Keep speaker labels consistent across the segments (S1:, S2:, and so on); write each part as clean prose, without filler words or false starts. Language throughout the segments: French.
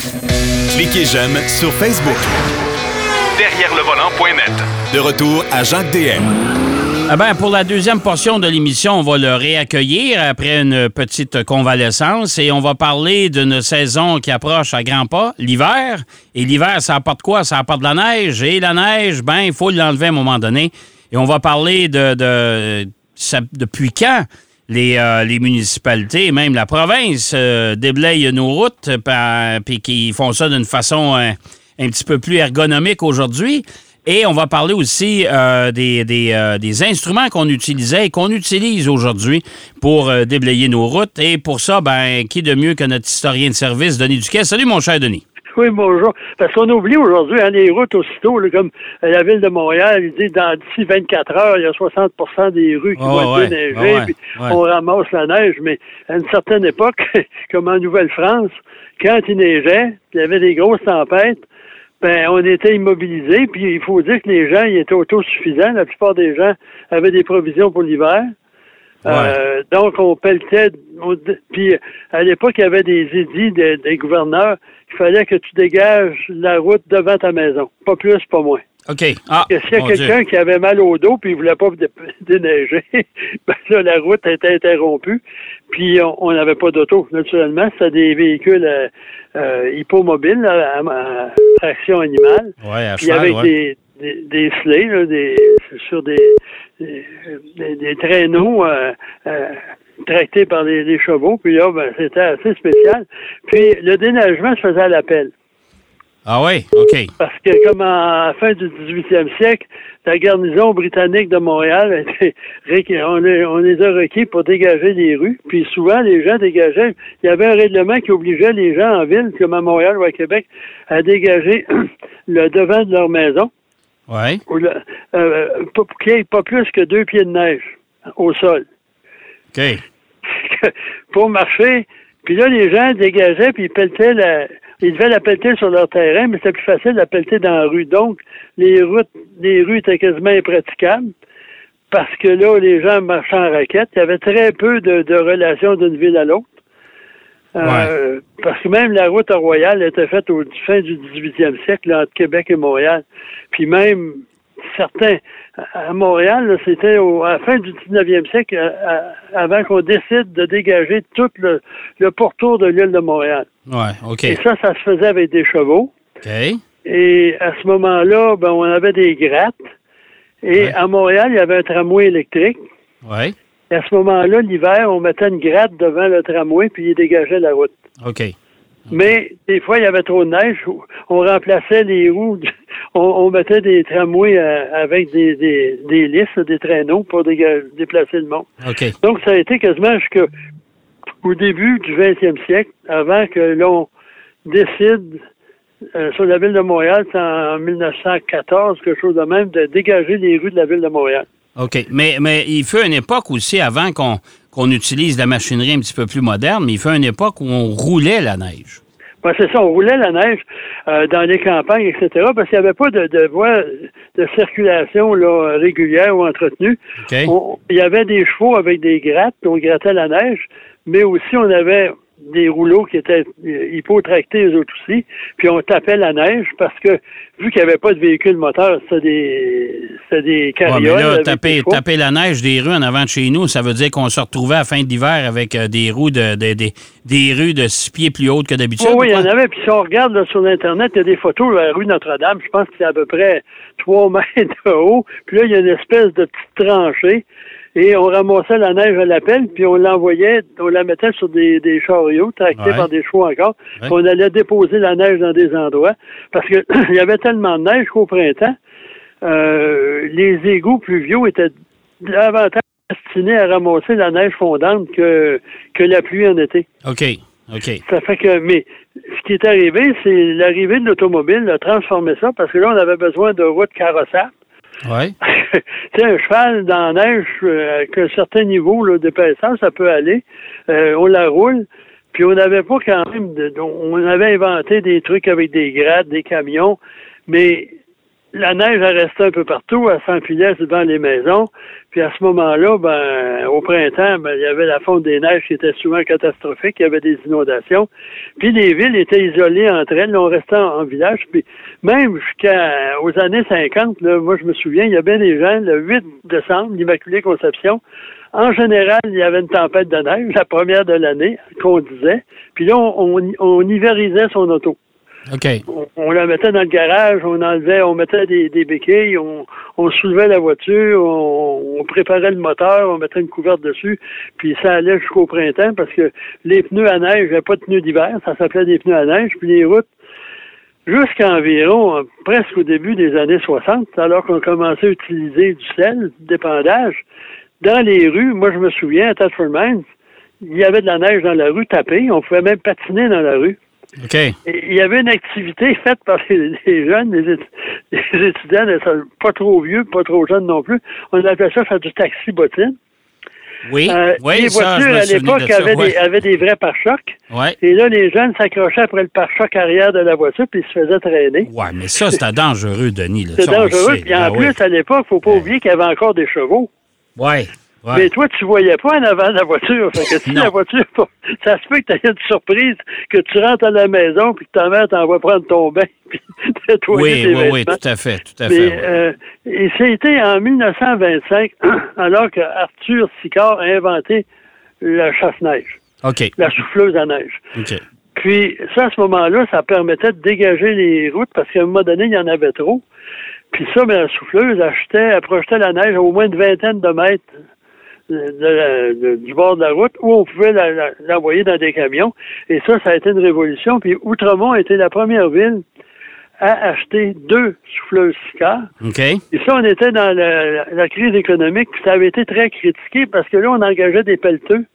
S1: Cliquez j'aime sur Facebook.
S2: Derrière le volant.net.
S1: De retour à Jacques DM.
S3: Ah ben, pour la deuxième portion de l'émission, on va le réaccueillir après une petite convalescence et on va parler d'une saison qui approche à grands pas, l'hiver. Et l'hiver, ça apporte quoi? Ça apporte de la neige. Et la neige, ben, il faut l'enlever à un moment donné. Et on va parler depuis quand les municipalités et même la province déblayent nos routes puis qui font ça d'une façon un petit peu plus ergonomique aujourd'hui. Et on va parler aussi des instruments qu'on utilisait et qu'on utilise aujourd'hui pour déblayer nos routes. Et pour ça, ben, qui de mieux que notre historien de service, Denis Duquet. Salut, mon cher Denis.
S4: Oui, bonjour. Parce qu'on oublie aujourd'hui, les routes aussitôt, là, comme la Ville de Montréal, il dit d'ici 24 heures, il y a 60 des rues qui vont être déneigées, puis on ramasse la neige. Mais à une certaine époque, comme en Nouvelle-France, quand il neigeait, il y avait des grosses tempêtes, ben, on était immobilisés, puis il faut dire que les gens, ils étaient autosuffisants. La plupart des gens avaient des provisions pour l'hiver. Donc, on pelletait. Puis, à l'époque, il y avait des édits des gouverneurs qu'il fallait que tu dégages la route devant ta maison. Pas plus, pas moins.
S3: OK.
S4: S'il y a quelqu'un qui avait mal au dos puis il voulait pas déneiger, ben là, la route était interrompue. Puis, on n'avait pas d'auto, naturellement. C'était des véhicules hippomobiles à traction animale.
S3: Ouais, à
S4: puis
S3: cheval,
S4: avec des sleighs, là, sur des traîneaux tractés par des chevaux. Puis là, ben, c'était assez spécial. Puis le déneigement se faisait à la pelle.
S3: Ah oui? OK.
S4: Parce que comme à la fin du 18e siècle, la garnison britannique de Montréal, on les a requis pour dégager les rues. Puis souvent, les gens dégageaient. Il y avait un règlement qui obligeait les gens en ville, comme à Montréal ou à Québec, à dégager le devant de leur maison.
S3: Oui.
S4: Pour qu'il n'y ait pas plus que 2 pieds de neige au sol.
S3: OK.
S4: Pour marcher. Puis là, les gens dégageaient, puis ils devaient la pelleter sur leur terrain, mais c'était plus facile de la pelleter dans la rue. Donc, les rues étaient quasiment impraticables parce que là, les gens marchaient en raquette. Il y avait très peu de relations d'une ville à l'autre. Parce que même la route à Royal était faite au fin du 18e siècle, là, entre Québec et Montréal. Puis même certains, à Montréal, là, c'était à la fin du 19e siècle, avant qu'on décide de dégager tout le pourtour de l'île de Montréal.
S3: Ouais, OK.
S4: Et ça se faisait avec des chevaux.
S3: OK.
S4: Et à ce moment-là, ben, on avait des grattes. Et à Montréal, il y avait un tramway électrique.
S3: Oui.
S4: Et à ce moment-là, l'hiver, on mettait une gratte devant le tramway, puis il dégageait la route.
S3: OK.
S4: Mais des fois, il y avait trop de neige. On remplaçait les roues. On mettait des tramways avec des lisses, des traîneaux pour déplacer le monde.
S3: OK.
S4: Donc, ça a été quasiment jusqu'au début du 20e siècle, avant que l'on décide sur la ville de Montréal, c'est en 1914, quelque chose de même, de dégager les rues de la ville de Montréal.
S3: OK. Mais il fut une époque aussi, avant qu'on utilise la machinerie un petit peu plus moderne, mais il fut une époque où on roulait la neige.
S4: Oui, c'est ça. On roulait la neige dans les campagnes, etc., parce qu'il n'y avait pas de voie de circulation là, régulière ou entretenue.
S3: Okay.
S4: Il y avait des chevaux avec des grattes, on grattait la neige, mais aussi on avait des rouleaux qui étaient hypotractés eux autres aussi, puis on tapait la neige parce que, vu qu'il n'y avait pas de véhicule moteur, c'était des carrioles.
S3: Ouais, mais là, taper la neige des rues en avant de chez nous, ça veut dire qu'on se retrouvait à la fin d'hiver avec des rues de 6 pieds plus hautes que d'habitude.
S4: Oui, il y en avait. Puis si on regarde là, sur Internet, il y a des photos de la rue Notre-Dame. Je pense que c'est à peu près 3 mètres de haut. Puis là, il y a une espèce de petite tranchée. Et on ramassait la neige à la pelle, puis on l'envoyait, on la mettait sur des chariots, tractés par des chevaux encore. Puis on allait déposer la neige dans des endroits. Parce que il y avait tellement de neige qu'au printemps, les égouts pluviaux étaient davantage destinés à ramasser la neige fondante que la pluie en été.
S3: OK.
S4: Ça fait que, mais ce qui est arrivé, c'est l'arrivée de l'automobile a transformé ça, parce que là, on avait besoin de routes carrossables.
S3: Oui.
S4: Tu sais, un cheval dans la neige, avec un certain niveau là, d'épaisseur, ça peut aller. On la roule. Puis on n'avait pas quand même... on avait inventé des trucs avec des grattes, des camions, mais la neige, elle restait un peu partout, elle s'empilait devant les maisons. Puis à ce moment-là, au printemps, il y avait la fonte des neiges qui était souvent catastrophique, il y avait des inondations. Puis les villes étaient isolées entre elles, là, on restait en village. Puis même jusqu'aux années 50, là, moi je me souviens, il y a bien des gens, le 8 décembre, l'Immaculée Conception, en général, il y avait une tempête de neige, la première de l'année, qu'on disait. Puis là, on hiverisait son auto.
S3: OK.
S4: On la mettait dans le garage, on mettait des béquilles, on soulevait la voiture, on préparait le moteur, on mettait une couverte dessus, puis ça allait jusqu'au printemps parce que les pneus à neige, il n'y avait pas de pneus d'hiver, ça s'appelait des pneus à neige, puis les routes, jusqu'à environ, presque au début des années 60, alors qu'on commençait à utiliser du sel, d'épandage, dans les rues, moi je me souviens, à Thetford Mines, il y avait de la neige dans la rue tapée, on pouvait même patiner dans la rue.
S3: OK.
S4: Et il y avait une activité faite par les jeunes, les étudiants, pas trop vieux, pas trop jeunes non plus. On appelait ça faire du taxi bottine.
S3: Oui,
S4: les voitures, à l'époque, avaient des vrais pare-chocs.
S3: Ouais.
S4: Et là, les jeunes s'accrochaient après le pare-choc arrière de la voiture, puis ils se faisaient traîner.
S3: Oui, mais ça, c'était dangereux, Denis.
S4: C'était dangereux. Puis en plus, à l'époque, il ne faut pas oublier qu'il y avait encore des chevaux.
S3: Oui. Ouais.
S4: Mais toi, tu voyais pas en avant de la voiture. Fait que si la voiture, ça se peut que tu aies une surprise, que tu rentres à la maison puis que ta mère t'envoie prendre ton bain puis nettoyer tes vêtements.
S3: Oui, tout à fait.
S4: Et c'était en 1925, alors que Arthur Sicard a inventé la chasse-neige.
S3: OK.
S4: La souffleuse à neige.
S3: OK.
S4: Puis ça, à ce moment-là, ça permettait de dégager les routes parce qu'à un moment donné, il y en avait trop. Puis ça, la souffleuse elle projetait la neige à au moins une vingtaine de mètres du bord de la route où on pouvait l'envoyer dans des camions. Et ça a été une révolution. Puis Outremont a été la première ville à acheter 2 souffleuses Sicard.
S3: OK.
S4: Et ça, on était dans la crise économique. Puis ça avait été très critiqué parce que là, on engageait des pelleteux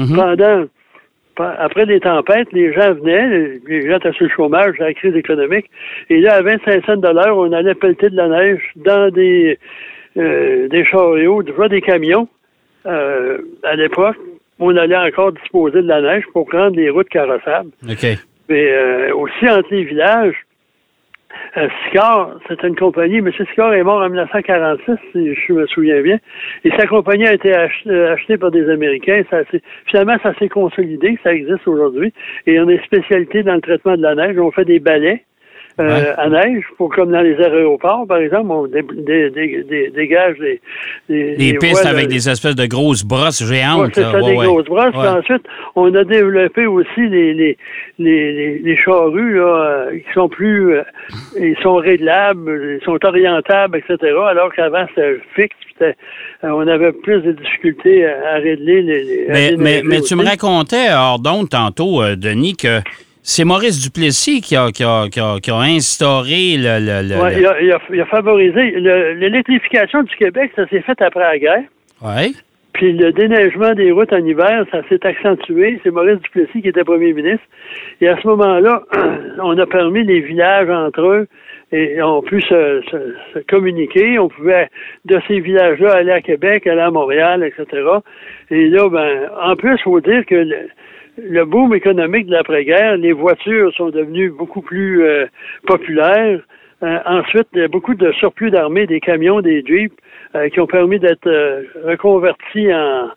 S4: après les tempêtes, les gens venaient, les gens étaient sur le chômage, la crise économique. Et là, à 25 cents $, on allait pelleter de la neige dans des chariots, des camions. À l'époque, on allait encore disposer de la neige pour prendre les routes carrossables.
S3: OK.
S4: Mais aussi entre les villages, Sicard, c'était une compagnie. M. Sicard est mort en 1946, si je me souviens bien. Et sa compagnie a été achetée par des Américains. Finalement, ça s'est consolidé. Ça existe aujourd'hui. Et on est spécialité dans le traitement de la neige. On fait des balais à neige, comme dans les aéroports, par exemple. On dégage
S3: les pistes avec des espèces de grosses brosses géantes.
S4: Ouais, c'est ça, des grosses brosses. Puis ensuite, on a développé aussi les charrues là, qui sont plus... ils sont réglables, ils sont orientables, etc. Alors qu'avant, c'était fixe. On avait plus de difficultés à régler les...
S3: Mais tu me racontais, hors d'onde, tantôt, Denis, que c'est Maurice Duplessis qui a instauré
S4: il a favorisé l'électrification du Québec, ça s'est fait après la guerre.
S3: Oui.
S4: Puis le déneigement des routes en hiver, ça s'est accentué. C'est Maurice Duplessis qui était premier ministre. Et à ce moment-là, on a permis les villages entre eux et on pu se communiquer. On pouvait, de ces villages-là, aller à Québec, aller à Montréal, etc. Et là, en plus, il faut dire que le boom économique de l'après-guerre, les voitures sont devenues beaucoup plus populaires. Ensuite, il y a beaucoup de surplus d'armée, des camions, des Jeeps, qui ont permis d'être reconvertis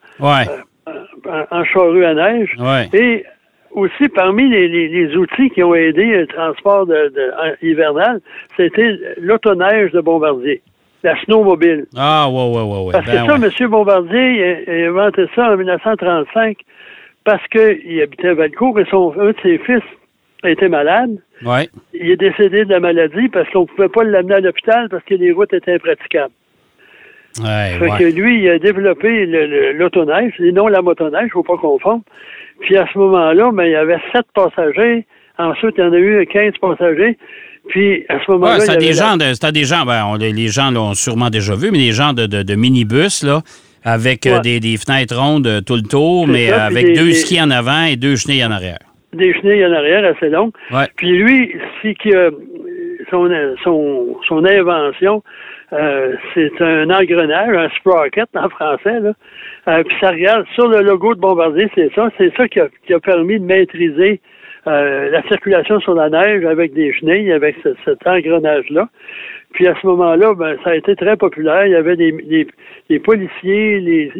S4: en charrues à neige.
S3: Ouais.
S4: Et aussi, parmi les outils qui ont aidé le transport hivernal, c'était l'autoneige de Bombardier, la snowmobile.
S3: Ah, ouais.
S4: Parce que ça, M. Bombardier a inventé ça en 1935 parce qu'il habitait à Valcourt et un de ses fils a été malade.
S3: Ouais.
S4: Il est décédé de la maladie parce qu'on ne pouvait pas l'amener à l'hôpital parce que les routes étaient impraticables. Que lui, il a développé l'autoneige, et non la motoneige, il ne faut pas confondre. Puis à ce moment-là, il y avait 7 passagers. Ensuite, il y en a eu 15 passagers. Puis à ce moment-là,
S3: c'était des gens, les gens l'ont sûrement déjà vu, mais des gens de minibus, là, avec des fenêtres rondes tout le tour, mais ça, avec 2 skis en avant et 2 chenilles en arrière. Des
S4: chenilles en arrière assez longues.
S3: Ouais.
S4: Puis lui, son invention, c'est un engrenage, un sprocket en français, là. Puis ça regarde sur le logo de Bombardier, c'est ça qui a permis de maîtriser la circulation sur la neige avec des chenilles, avec cet engrenage-là. Puis à ce moment-là, ben, ça a été très populaire. Il y avait les policiers,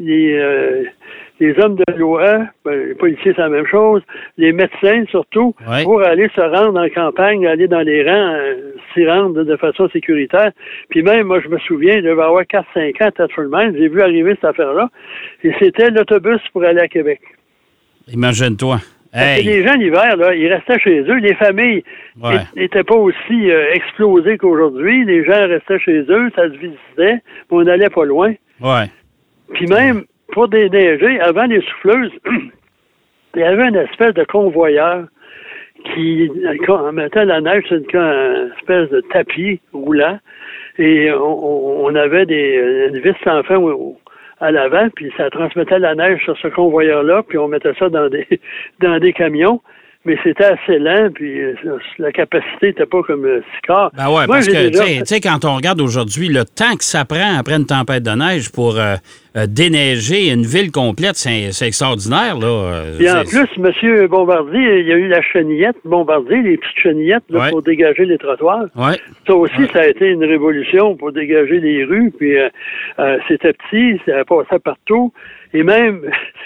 S4: les hommes de loi, ben, les policiers, c'est la même chose, les médecins surtout, pour aller se rendre en campagne, aller dans les rangs, s'y rendre de façon sécuritaire. Puis même, moi, je me souviens, il devait y avoir 4-5 ans à Thetford-Mines, j'ai vu arriver cette affaire-là, et c'était l'autobus pour aller à Québec.
S3: Imagine-toi.
S4: Hey. Les gens, l'hiver, là, ils restaient chez eux. Les familles n'étaient pas aussi explosées qu'aujourd'hui. Les gens restaient chez eux, ça se visitait, mais on n'allait pas loin.
S3: Ouais.
S4: Puis même, pour déneiger, avant les souffleuses, il y avait une espèce de convoyeur qui, en mettant la neige sur une espèce de tapis roulant, et on avait une vis sans fin à l'avant, puis ça transmettait la neige sur ce convoyeur-là, puis on mettait ça dans des camions. Mais c'était assez lent, puis la capacité n'était pas comme 6 quarts.
S3: Ben ouais, parce que, tu sais, quand on regarde aujourd'hui, le temps que ça prend après une tempête de neige pour déneiger une ville complète, c'est extraordinaire, là.
S4: Et en plus, M. Bombardier, il y a eu la chenillette Bombardier, les petites chenillettes là, pour dégager les trottoirs.
S3: Ouais.
S4: Ça aussi, ça a été une révolution pour dégager les rues, puis c'était petit, ça passait partout. Et même,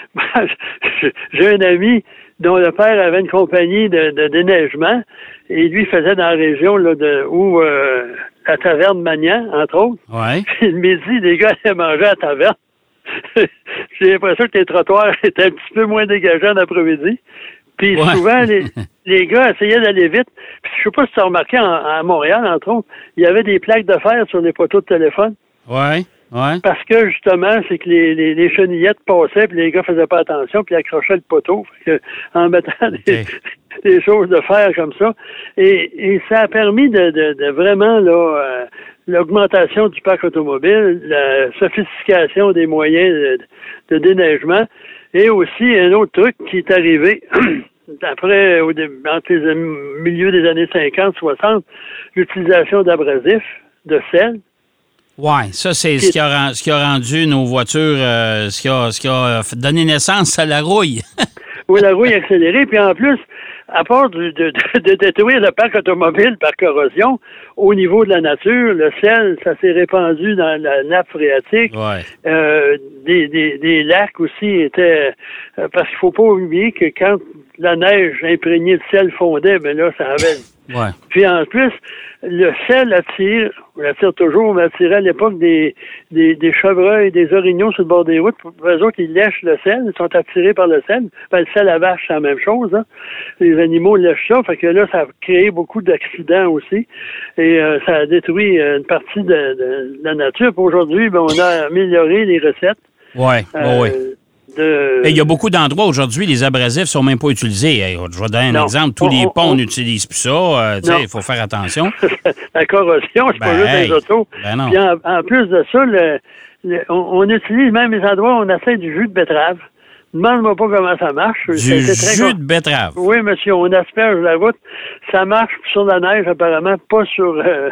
S4: j'ai un ami dont le père avait une compagnie de déneigement, et lui faisait dans la région là, où la taverne Magnan, entre autres.
S3: Ouais.
S4: Puis le midi, les gars allaient manger à la taverne. J'ai l'impression que les trottoirs étaient un petit peu moins dégageants l'après-midi. Puis souvent, les gars essayaient d'aller vite. Puis je sais pas si tu as remarqué, à Montréal, entre autres, il y avait des plaques de fer sur les poteaux de téléphone.
S3: Ouais. Ouais.
S4: Parce que, justement, c'est que les chenillettes passaient, puis les gars faisaient pas attention, puis ils accrochaient le poteau. Fait que, en mettant des choses de fer comme ça. Et ça a permis de vraiment, là, l'augmentation du parc automobile, la sophistication des moyens de déneigement, et aussi un autre truc qui est arrivé après, entre les milieux des années 50-60, l'utilisation d'abrasifs, de sel.
S3: Oui, ça, c'est ce qui a rendu nos voitures, ce qui a donné naissance à la rouille.
S4: Oui, la rouille accélérée. Puis en plus, à part de détruire le parc automobile par corrosion, au niveau de la nature, le sel, ça s'est répandu dans la nappe phréatique.
S3: Ouais.
S4: Des lacs aussi étaient... parce qu'il faut pas oublier que quand la neige imprégnée de sel fondait, ben là, ça avait...
S3: Ouais.
S4: Puis en plus, le sel attire toujours, mais attirait à l'époque des chevreuils, des orignaux sur le bord des routes. Pour eux autres, ils lèchent le sel, ils sont attirés par le sel. Ben, le sel à vache, c'est la même chose. Hein. Les animaux lèchent ça, fait que là, ça a créé beaucoup d'accidents aussi. Et ça a détruit une partie de la nature. Puis aujourd'hui, ben, on a amélioré les recettes.
S3: Oui, oui. Il y a beaucoup d'endroits aujourd'hui, les abrasifs sont même pas utilisés. Je vais donner un exemple. Tous les ponts n'utilisent plus ça. Il faut faire attention.
S4: La corrosion, c'est pas juste les autos.
S3: Non.
S4: Puis en plus de ça, on utilise même les endroits où on essaie du jus de betterave. Demande-moi pas comment ça marche.
S3: Du jus de betterave?
S4: Oui, monsieur, on asperge la route. Ça marche sur la neige, apparemment, pas sur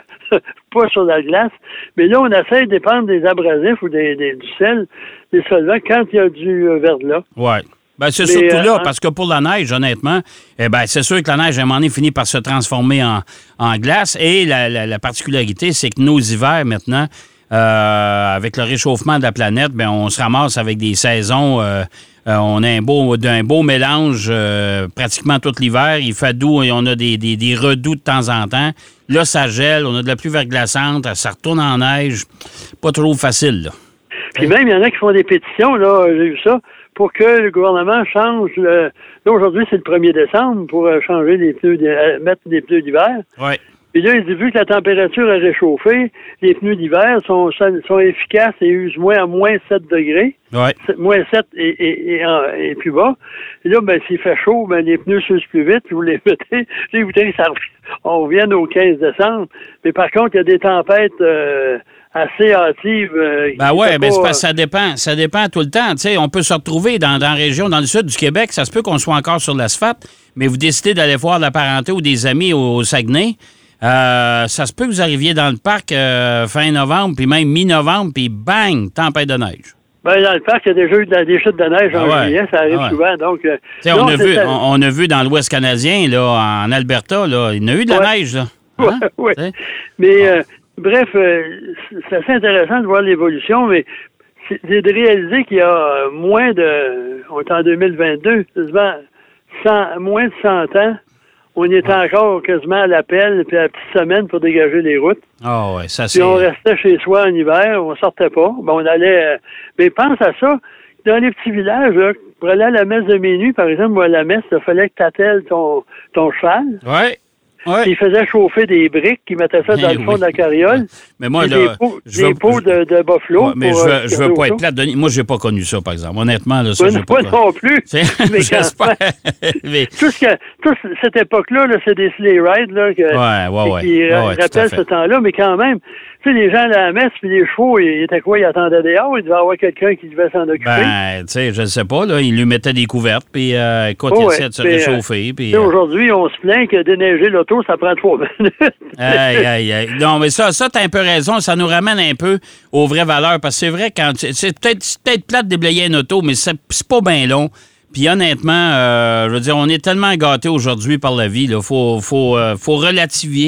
S4: la glace. Mais là, on essaie de prendre des abrasifs ou du sel, des solvants, quand il y a du verglas.
S3: Oui. Ben, c'est surtout là, parce que pour la neige, honnêtement, c'est sûr que la neige, à un moment donné, finit par se transformer en glace. Et la particularité, c'est que nos hivers, maintenant, avec le réchauffement de la planète, ben on se ramasse avec des saisons... on a un beau mélange pratiquement tout l'hiver. Il fait doux et on a des redoux de temps en temps. Là, ça gèle, on a de la pluie verglaçante, ça retourne en neige. Pas trop facile, là.
S4: Puis même, il y en a qui font des pétitions, là, j'ai vu ça, pour que le gouvernement change Là, aujourd'hui, c'est le 1er décembre pour changer les pneus, mettre des pneus d'hiver.
S3: Oui.
S4: Puis là, il dit, vu que la température a réchauffé, les pneus d'hiver sont efficaces et usent à moins 7 degrés.
S3: Ouais.
S4: Moins 7 et plus bas. Et là, ben, s'il fait chaud, ben, les pneus s'usent plus vite, puis vous les mettez. Écoutez, on revient au 15 décembre. Mais par contre, il y a des tempêtes assez hâtives.
S3: C'est parce que ça dépend tout le temps. Tu sais, on peut se retrouver dans la région, dans le sud du Québec, ça se peut qu'on soit encore sur l'asphalte, mais vous décidez d'aller voir de la parenté ou des amis au Saguenay. Ça se peut que vous arriviez dans le parc fin novembre, puis même mi-novembre, puis bang, tempête de neige.
S4: Ben, dans le parc, il y a déjà eu des chutes de neige en juillet, ça arrive souvent. Donc,
S3: on a vu dans l'Ouest canadien, là, en Alberta, là, il y en a eu de la neige. Là. Hein?
S4: Oui. Mais, bref, c'est assez intéressant de voir l'évolution, mais c'est de réaliser qu'il y a moins de... On est en 2022, moins de 100 ans, on était encore quasiment à l'appel puis à la petite semaine pour dégager les routes.
S3: Ah ouais, ça c'est...
S4: Puis on restait chez soi en hiver, on sortait pas. Ben, on allait... Mais pense à ça, dans les petits villages, là, pour aller à la messe de minuit, par exemple, ou à la messe, il fallait que tu attelles ton cheval.
S3: Oui. Ouais.
S4: Puis ils faisaient chauffer des briques, qui mettaient ça dans le fond de la carriole.
S3: Mais moi,
S4: là, des pots de buffalo.
S3: Ouais, mais je veux pas être plate, Denis. Moi, j'ai pas connu ça, par exemple. Honnêtement, là, ça, j'ai pas connu.
S4: Moi non plus.
S3: Mais j'espère. Mais...
S4: Toute cette époque-là, là, c'est des sleigh rides là, qui rappellent ce temps-là, mais quand même, tu sais, les gens à la messe, puis les chevaux, ils étaient quoi? Ils attendaient dehors, il devait y avoir quelqu'un qui devait s'en occuper.
S3: Ben, tu sais, je ne sais pas, là, ils lui mettaient des couvertes, puis écoute, il essaie de se réchauffer. Puis,
S4: aujourd'hui, on se plaint que déneiger l'auto, ça prend 3 minutes.
S3: Aïe. Non, mais ça, t'as un peu raison, ça nous ramène un peu aux vraies valeurs, parce que c'est vrai, quand c'est peut-être plate de déblayer une auto, mais c'est pas bien long. Puis honnêtement, je veux dire, on est tellement gâtés aujourd'hui par la vie, là, faut relativiser.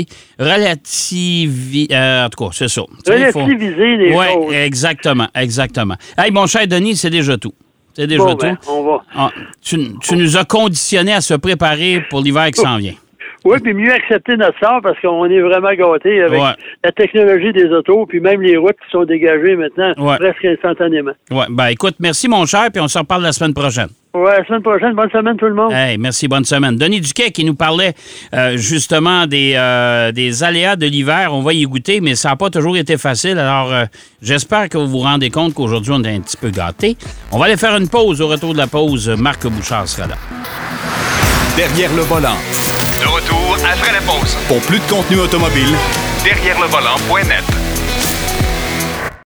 S3: En tout cas, c'est ça.
S4: Relativiser les choses.
S3: Oui, exactement. Hey, mon cher Denis, c'est déjà tout. C'est déjà tout.
S4: Ben, on va.
S3: Ah, tu nous as conditionnés à se préparer pour l'hiver qui s'en vient.
S4: Oui, puis mieux accepter notre sort parce qu'on est vraiment gâtés avec la technologie des autos, puis même les routes qui sont dégagées maintenant presque instantanément. Oui,
S3: ben écoute, merci mon cher, puis on se reparle la semaine prochaine.
S4: Oui, la semaine prochaine. Bonne semaine tout le monde.
S3: Hey, merci, bonne semaine. Denis Duquet qui nous parlait justement des aléas de l'hiver. On va y goûter, mais ça n'a pas toujours été facile. Alors, j'espère que vous vous rendez compte qu'aujourd'hui, on est un petit peu gâtés. On va aller faire une pause. Au retour de la pause, Marc Bouchard sera là.
S1: Derrière le volant.
S2: De retour après la pause.
S1: Pour plus de contenu automobile,
S2: derrière le volant.net.